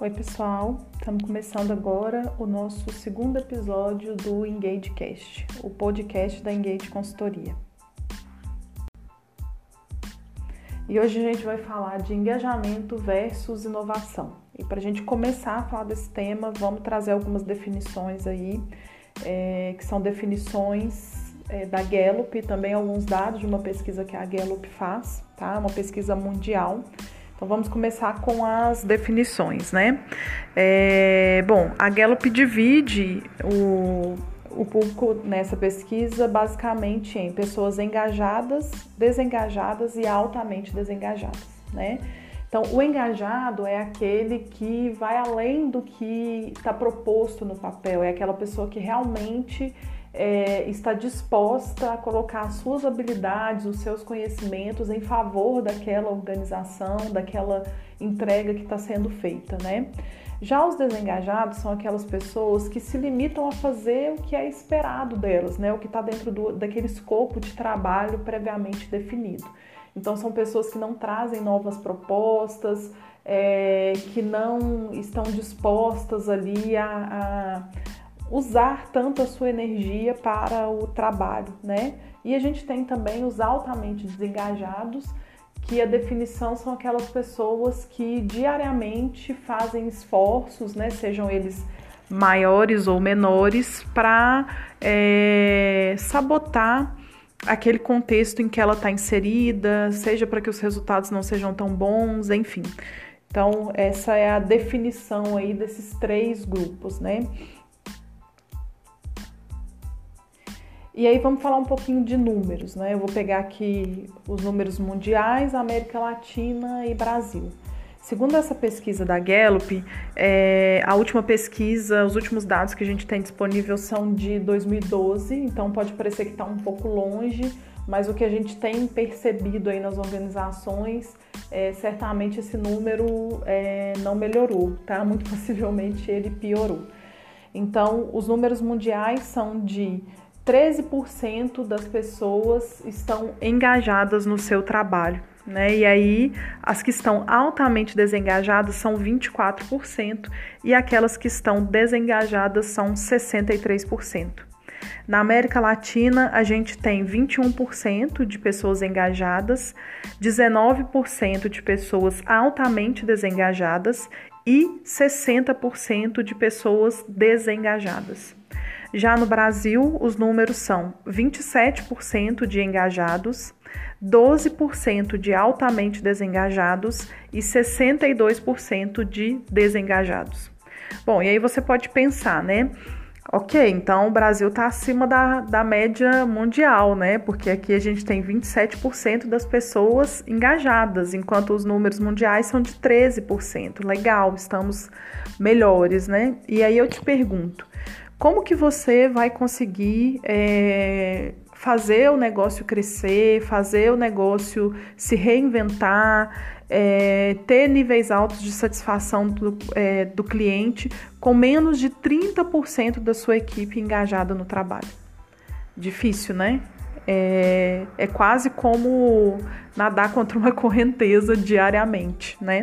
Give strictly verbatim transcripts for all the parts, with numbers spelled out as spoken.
Oi, pessoal. Estamos começando agora o nosso segundo episódio do EngageCast, o podcast da Engage Consultoria. E hoje a gente vai falar de engajamento versus inovação. E para a gente começar a falar desse tema, vamos trazer algumas definições aí, é, que são definições é, da Gallup e também alguns dados de uma pesquisa que a Gallup faz, tá? Uma pesquisa mundial. Então, vamos começar com as definições, né? É, bom, a Gallup divide o, o público nessa pesquisa basicamente em pessoas engajadas, desengajadas e altamente desengajadas, né? Então, o engajado é aquele que vai além do que está proposto no papel, é aquela pessoa que realmente É, está disposta a colocar as suas habilidades, os seus conhecimentos em favor daquela organização, daquela entrega que está sendo feita, né? Já os desengajados são aquelas pessoas que se limitam a fazer o que é esperado delas, né? O que está dentro do, daquele escopo de trabalho previamente definido. Então, são pessoas que não trazem novas propostas, é, que não estão dispostas ali a... a usar tanto a sua energia para o trabalho, né? E a gente tem também os altamente desengajados, que a definição são aquelas pessoas que diariamente fazem esforços, né? Sejam eles maiores ou menores, para é, sabotar aquele contexto em que ela está inserida, seja para que os resultados não sejam tão bons, enfim. Então, essa é a definição aí desses três grupos, né? E aí vamos falar um pouquinho de números, né? Eu vou pegar aqui os números mundiais, América Latina e Brasil. Segundo essa pesquisa da Gallup, é, a última pesquisa, os últimos dados que a gente tem disponível são de dois mil e doze, então pode parecer que está um pouco longe, mas o que a gente tem percebido aí nas organizações, é, certamente esse número é, não melhorou, tá? Muito possivelmente ele piorou. Então, os números mundiais são de treze por cento das pessoas estão engajadas no seu trabalho, né? E aí, as que estão altamente desengajadas são vinte e quatro por cento e aquelas que estão desengajadas são sessenta e três por cento. Na América Latina, a gente tem vinte e um por cento de pessoas engajadas, dezenove por cento de pessoas altamente desengajadas e sessenta por cento de pessoas desengajadas. Já no Brasil, os números são vinte e sete por cento de engajados, doze por cento de altamente desengajados e sessenta e dois por cento de desengajados. Bom, e aí você pode pensar, né? Ok, então o Brasil está acima da, da média mundial, né? Porque aqui a gente tem vinte e sete por cento das pessoas engajadas, enquanto os números mundiais são de treze por cento. Legal, estamos melhores, né? E aí eu te pergunto, como que você vai conseguir é, fazer o negócio crescer, fazer o negócio se reinventar, é, ter níveis altos de satisfação do, é, do cliente com menos de trinta por cento da sua equipe engajada no trabalho? Difícil, né? É, é quase como nadar contra uma correnteza diariamente, né?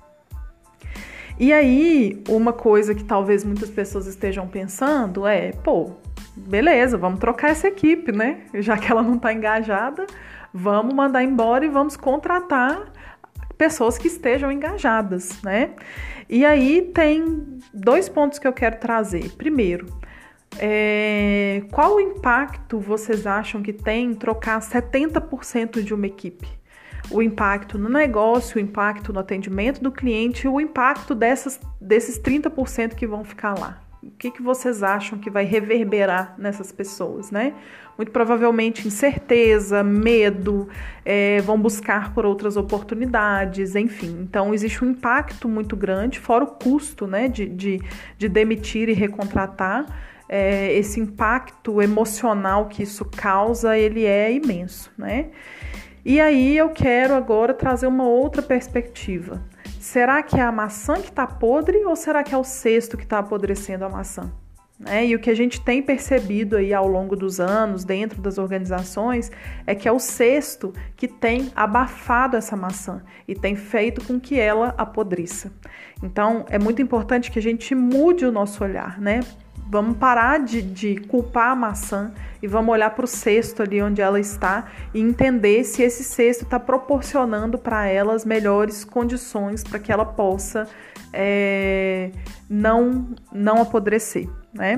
E aí, uma coisa que talvez muitas pessoas estejam pensando é, pô, beleza, vamos trocar essa equipe, né? Já que ela não está engajada, vamos mandar embora e vamos contratar pessoas que estejam engajadas, né? E aí tem dois pontos que eu quero trazer. Primeiro, é, qual o impacto vocês acham que tem em trocar setenta por cento de uma equipe? O impacto no negócio, o impacto no atendimento do cliente e o impacto dessas, desses trinta por cento que vão ficar lá. O que, que vocês acham que vai reverberar nessas pessoas, né? Muito provavelmente incerteza, medo, é, vão buscar por outras oportunidades, enfim. Então, existe um impacto muito grande, fora o custo, né, de, de, de demitir e recontratar. É, esse impacto emocional que isso causa, ele é imenso, né? E aí eu quero agora trazer uma outra perspectiva. Será que é a maçã que está podre ou será que é o cesto que está apodrecendo a maçã? né? E o que a gente tem percebido aí ao longo dos anos dentro das organizações é que é o cesto que tem abafado essa maçã e tem feito com que ela apodreça. Então, é muito importante que a gente mude o nosso olhar, né? Vamos parar de, de culpar a maçã e vamos olhar para o cesto ali onde ela está e entender se esse cesto está proporcionando para ela as melhores condições para que ela possa é, não, não apodrecer, né?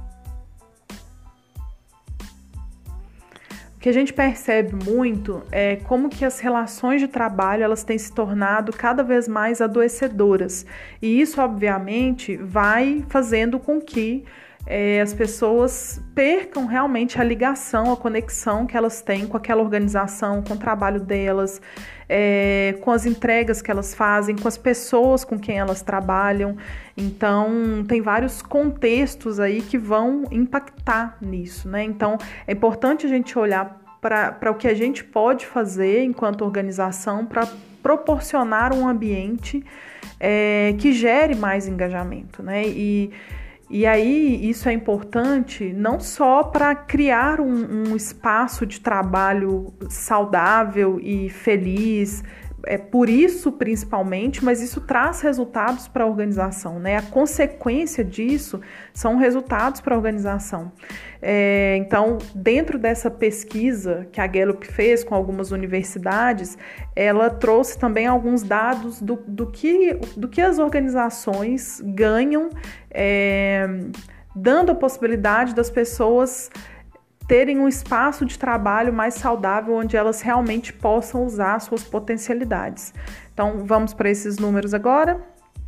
O que a gente percebe muito é como que as relações de trabalho elas têm se tornado cada vez mais adoecedoras. E isso, obviamente, vai fazendo com que é, as pessoas percam realmente a ligação, a conexão que elas têm com aquela organização, com o trabalho delas, é, com as entregas que elas fazem, com as pessoas com quem elas trabalham. Então, tem vários contextos aí que vão impactar nisso, né? Então, é importante a gente olhar para o que a gente pode fazer enquanto organização para proporcionar um ambiente é, que gere mais engajamento, né? E, e aí, isso é importante não só para criar um, um espaço de trabalho saudável e feliz, é por isso principalmente, mas isso traz resultados para a organização, né? A consequência disso são resultados para a organização. É, então, dentro dessa pesquisa que a Gallup fez com algumas universidades, ela trouxe também alguns dados do, do, que, do que as organizações ganham, é, dando a possibilidade das pessoas terem um espaço de trabalho mais saudável onde elas realmente possam usar suas potencialidades. Então, vamos para esses números agora.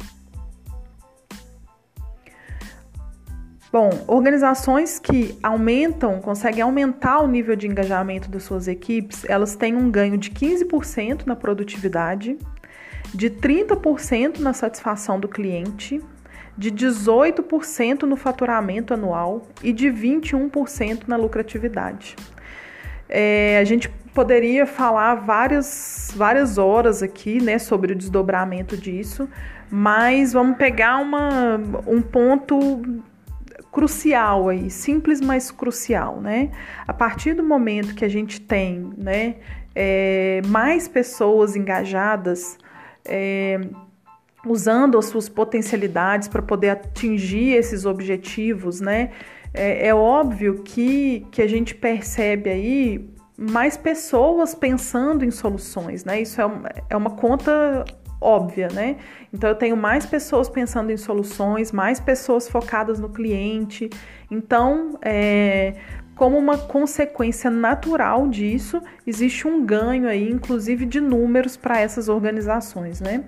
Bom, organizações que aumentam, conseguem aumentar o nível de engajamento das suas equipes, elas têm um ganho de quinze por cento na produtividade, de trinta por cento na satisfação do cliente, de dezoito por cento no faturamento anual e de vinte e um por cento na lucratividade. É, a gente poderia falar várias, várias horas aqui, né, sobre o desdobramento disso, mas vamos pegar uma, um ponto crucial aí, simples, mas crucial, né? A partir do momento que a gente tem, né, é, mais pessoas engajadas, é, usando as suas potencialidades para poder atingir esses objetivos, né? É, é óbvio que, que a gente percebe aí mais pessoas pensando em soluções, né? Isso é uma, é uma conta óbvia, né? Então, eu tenho mais pessoas pensando em soluções, mais pessoas focadas no cliente. Então, é, como uma consequência natural disso, existe um ganho aí, inclusive de números para essas organizações, né?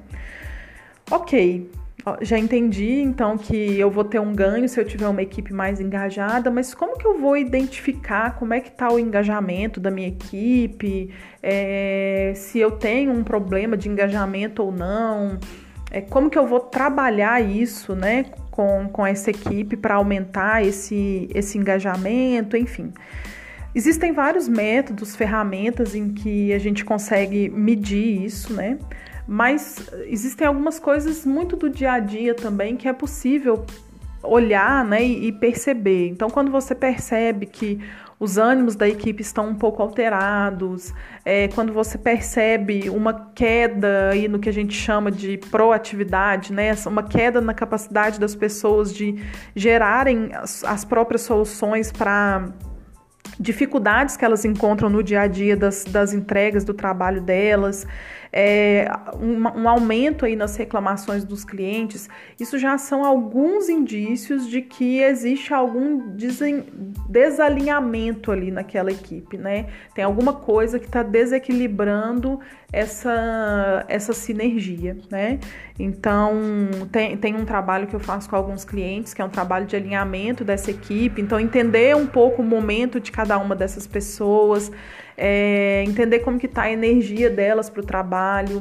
Ok, já entendi então que eu vou ter um ganho se eu tiver uma equipe mais engajada, mas como que eu vou identificar como é que está o engajamento da minha equipe, é, se eu tenho um problema de engajamento ou não, é, como que eu vou trabalhar isso, né, com, com essa equipe para aumentar esse, esse engajamento, enfim. Existem vários métodos, ferramentas em que a gente consegue medir isso, né? Mas existem algumas coisas muito do dia a dia também que é possível olhar, né, e perceber. Então, quando você percebe que os ânimos da equipe estão um pouco alterados, é, quando você percebe uma queda aí no que a gente chama de proatividade, né, uma queda na capacidade das pessoas de gerarem as, as próprias soluções para dificuldades que elas encontram no dia a dia das, das entregas do trabalho delas, é, um, um aumento aí nas reclamações dos clientes, isso já são alguns indícios de que existe algum desen, desalinhamento ali naquela equipe, né? Tem alguma coisa que está desequilibrando essa, essa sinergia, né? Então, tem, tem um trabalho que eu faço com alguns clientes, que é um trabalho de alinhamento dessa equipe, então entender um pouco o momento de cada uma dessas pessoas, é, entender como que está a energia delas para o trabalho,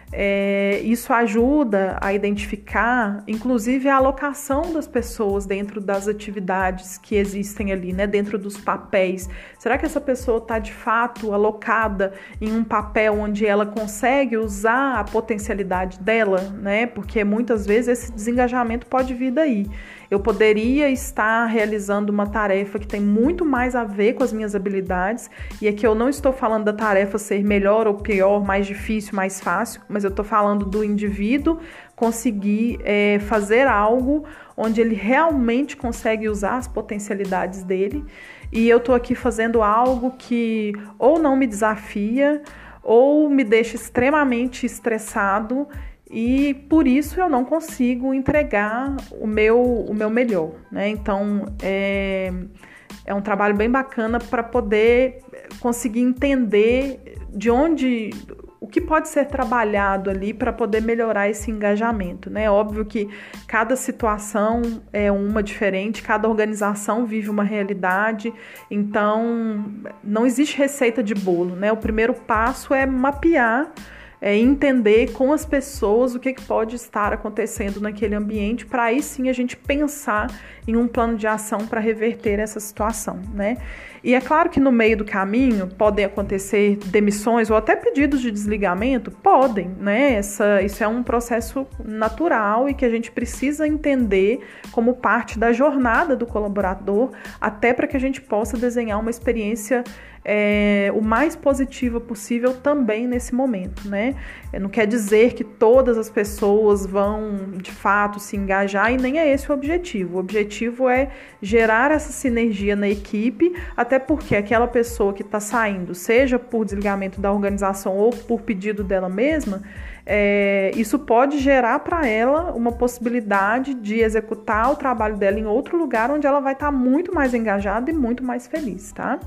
É, isso ajuda a identificar, inclusive, a alocação das pessoas dentro das atividades que existem ali, né? Dentro dos papéis. Será que essa pessoa está, de fato, alocada em um papel onde ela consegue usar a potencialidade dela, né? Porque muitas vezes esse desengajamento pode vir daí. Eu poderia estar realizando uma tarefa que tem muito mais a ver com as minhas habilidades, e aqui eu não estou falando da tarefa ser melhor ou pior, mais difícil, mais fácil, mas eu estou falando do indivíduo conseguir é, fazer algo onde ele realmente consegue usar as potencialidades dele, e eu estou aqui fazendo algo que ou não me desafia, ou me deixa extremamente estressado, e por isso eu não consigo entregar o meu, o meu melhor, né? Então, é, é um trabalho bem bacana para poder conseguir entender de onde, o que pode ser trabalhado ali para poder melhorar esse engajamento, né? Óbvio que cada situação é uma diferente, cada organização vive uma realidade, então não existe receita de bolo, né? O primeiro passo é mapear, é entender com as pessoas o que, que pode estar acontecendo naquele ambiente, para aí sim a gente pensar em um plano de ação para reverter essa situação, né? E é claro que no meio do caminho podem acontecer demissões ou até pedidos de desligamento, podem, né? Essa, isso é um processo natural e que a gente precisa entender como parte da jornada do colaborador, até para que a gente possa desenhar uma experiência É, o mais positiva possível também nesse momento, né? Não quer dizer que todas as pessoas vão, de fato, se engajar, e nem é esse o objetivo. O objetivo é gerar essa sinergia na equipe, até porque aquela pessoa que está saindo, seja por desligamento da organização ou por pedido dela mesma, é, isso pode gerar para ela uma possibilidade de executar o trabalho dela em outro lugar, onde ela vai estar muito mais engajada e muito mais feliz, tá?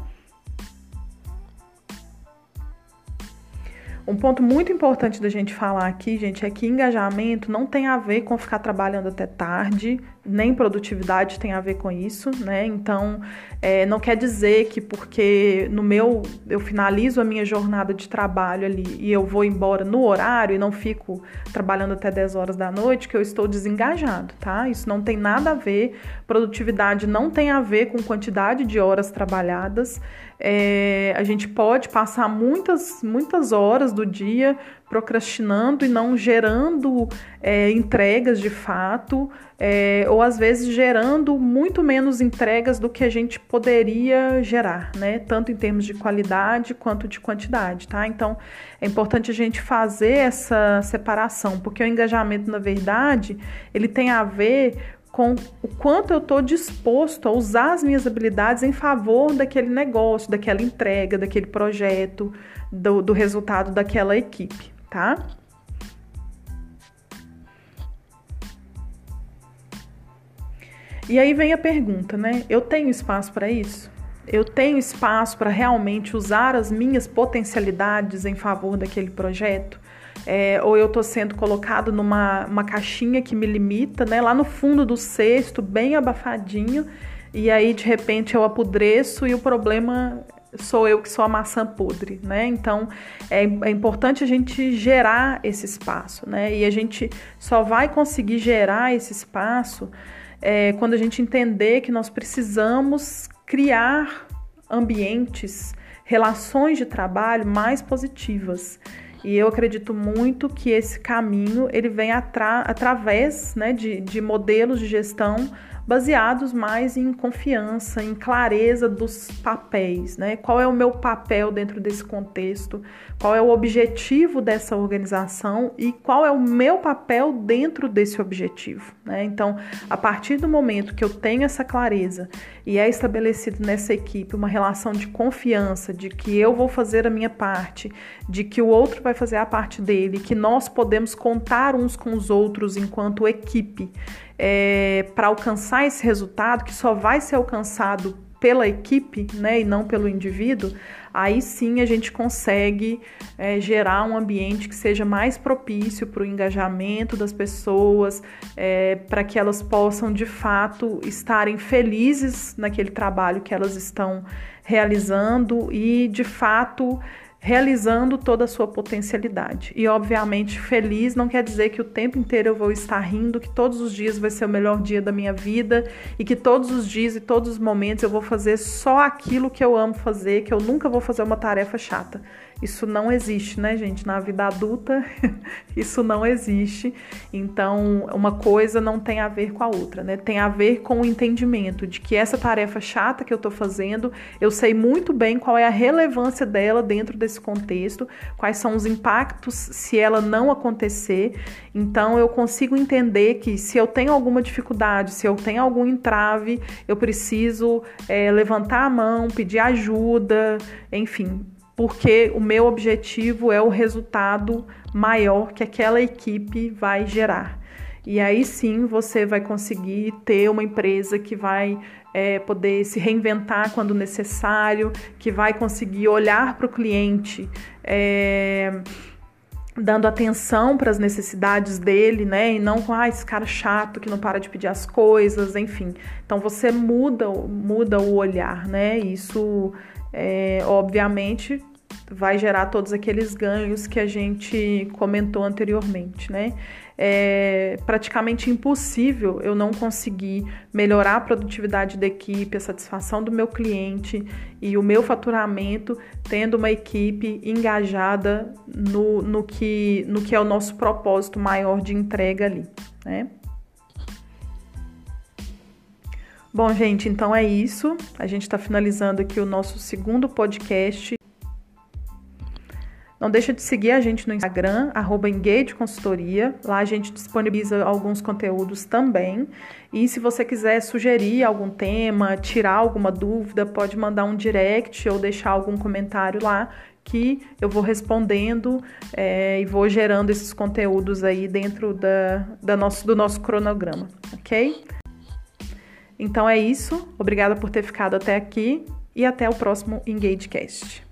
Um ponto muito importante da gente falar aqui, gente, é que engajamento não tem a ver com ficar trabalhando até tarde, nem produtividade tem a ver com isso, né? Então, é, não quer dizer que porque no meu, eu finalizo a minha jornada de trabalho ali e eu vou embora no horário e não fico trabalhando até dez horas da noite, que eu estou desengajado, tá? Isso não tem nada a ver, produtividade não tem a ver com quantidade de horas trabalhadas. É, a gente pode passar muitas, muitas horas do dia procrastinando e não gerando é, entregas de fato, é, ou às vezes gerando muito menos entregas do que a gente poderia gerar, né? Tanto em termos de qualidade quanto de quantidade, tá? Então, é importante a gente fazer essa separação, porque o engajamento, na verdade, ele tem a ver com o quanto eu estou disposto a usar as minhas habilidades em favor daquele negócio, daquela entrega, daquele projeto, do, do resultado daquela equipe, tá? E aí vem a pergunta, né? Eu tenho espaço para isso? Eu tenho espaço para realmente usar as minhas potencialidades em favor daquele projeto? É, ou eu estou sendo colocado numa uma caixinha que me limita, né? Lá no fundo do cesto, bem abafadinho, e aí de repente eu apodreço e o problema sou eu que sou a maçã podre, né? Então é, é importante a gente gerar esse espaço, né? E a gente só vai conseguir gerar esse espaço é, quando a gente entender que nós precisamos criar ambientes, relações de trabalho mais positivas. E eu acredito muito que esse caminho ele vem atra- através, né, de, de modelos de gestão baseados mais em confiança, em clareza dos papéis, né? Qual é o meu papel dentro desse contexto? Qual é o objetivo dessa organização e qual é o meu papel dentro desse objetivo, né? Então, a partir do momento que eu tenho essa clareza e é estabelecido nessa equipe uma relação de confiança, de que eu vou fazer a minha parte, de que o outro vai fazer a parte dele, que nós podemos contar uns com os outros enquanto equipe, é, para alcançar esse resultado, que só vai ser alcançado pela equipe, né, e não pelo indivíduo, aí sim a gente consegue é, gerar um ambiente que seja mais propício para o engajamento das pessoas, é, para que elas possam de fato estarem felizes naquele trabalho que elas estão realizando e de fato realizando toda a sua potencialidade. E, obviamente, feliz não quer dizer que o tempo inteiro eu vou estar rindo, que todos os dias vai ser o melhor dia da minha vida e que todos os dias e todos os momentos eu vou fazer só aquilo que eu amo fazer, que eu nunca vou fazer uma tarefa chata. Isso não existe, né, gente? Na vida adulta, isso não existe. Então, uma coisa não tem a ver com a outra, né? Tem a ver com o entendimento de que essa tarefa chata que eu tô fazendo, eu sei muito bem qual é a relevância dela dentro desse contexto, quais são os impactos se ela não acontecer. Então, eu consigo entender que se eu tenho alguma dificuldade, se eu tenho algum entrave, eu preciso é, levantar a mão, pedir ajuda, enfim, porque o meu objetivo é o resultado maior que aquela equipe vai gerar. E aí sim você vai conseguir ter uma empresa que vai é, poder se reinventar quando necessário, que vai conseguir olhar para o cliente é, dando atenção para as necessidades dele, né? E não com ah, esse cara chato que não para de pedir as coisas, enfim. Então você muda, muda o olhar, né? Isso é, obviamente vai gerar todos aqueles ganhos que a gente comentou anteriormente, né? É praticamente impossível eu não conseguir melhorar a produtividade da equipe, a satisfação do meu cliente e o meu faturamento tendo uma equipe engajada no, no, que, no que é o nosso propósito maior de entrega ali, né? Bom, gente, então é isso. A gente está finalizando aqui o nosso segundo podcast. Não deixa de seguir a gente no Instagram, arroba Engage Consultoria. Lá a gente disponibiliza alguns conteúdos também. E se você quiser sugerir algum tema, tirar alguma dúvida, pode mandar um direct ou deixar algum comentário lá que eu vou respondendo é, e vou gerando esses conteúdos aí dentro da, da nosso, do nosso cronograma, ok? Então é isso. Obrigada por ter ficado até aqui e até o próximo EngageCast.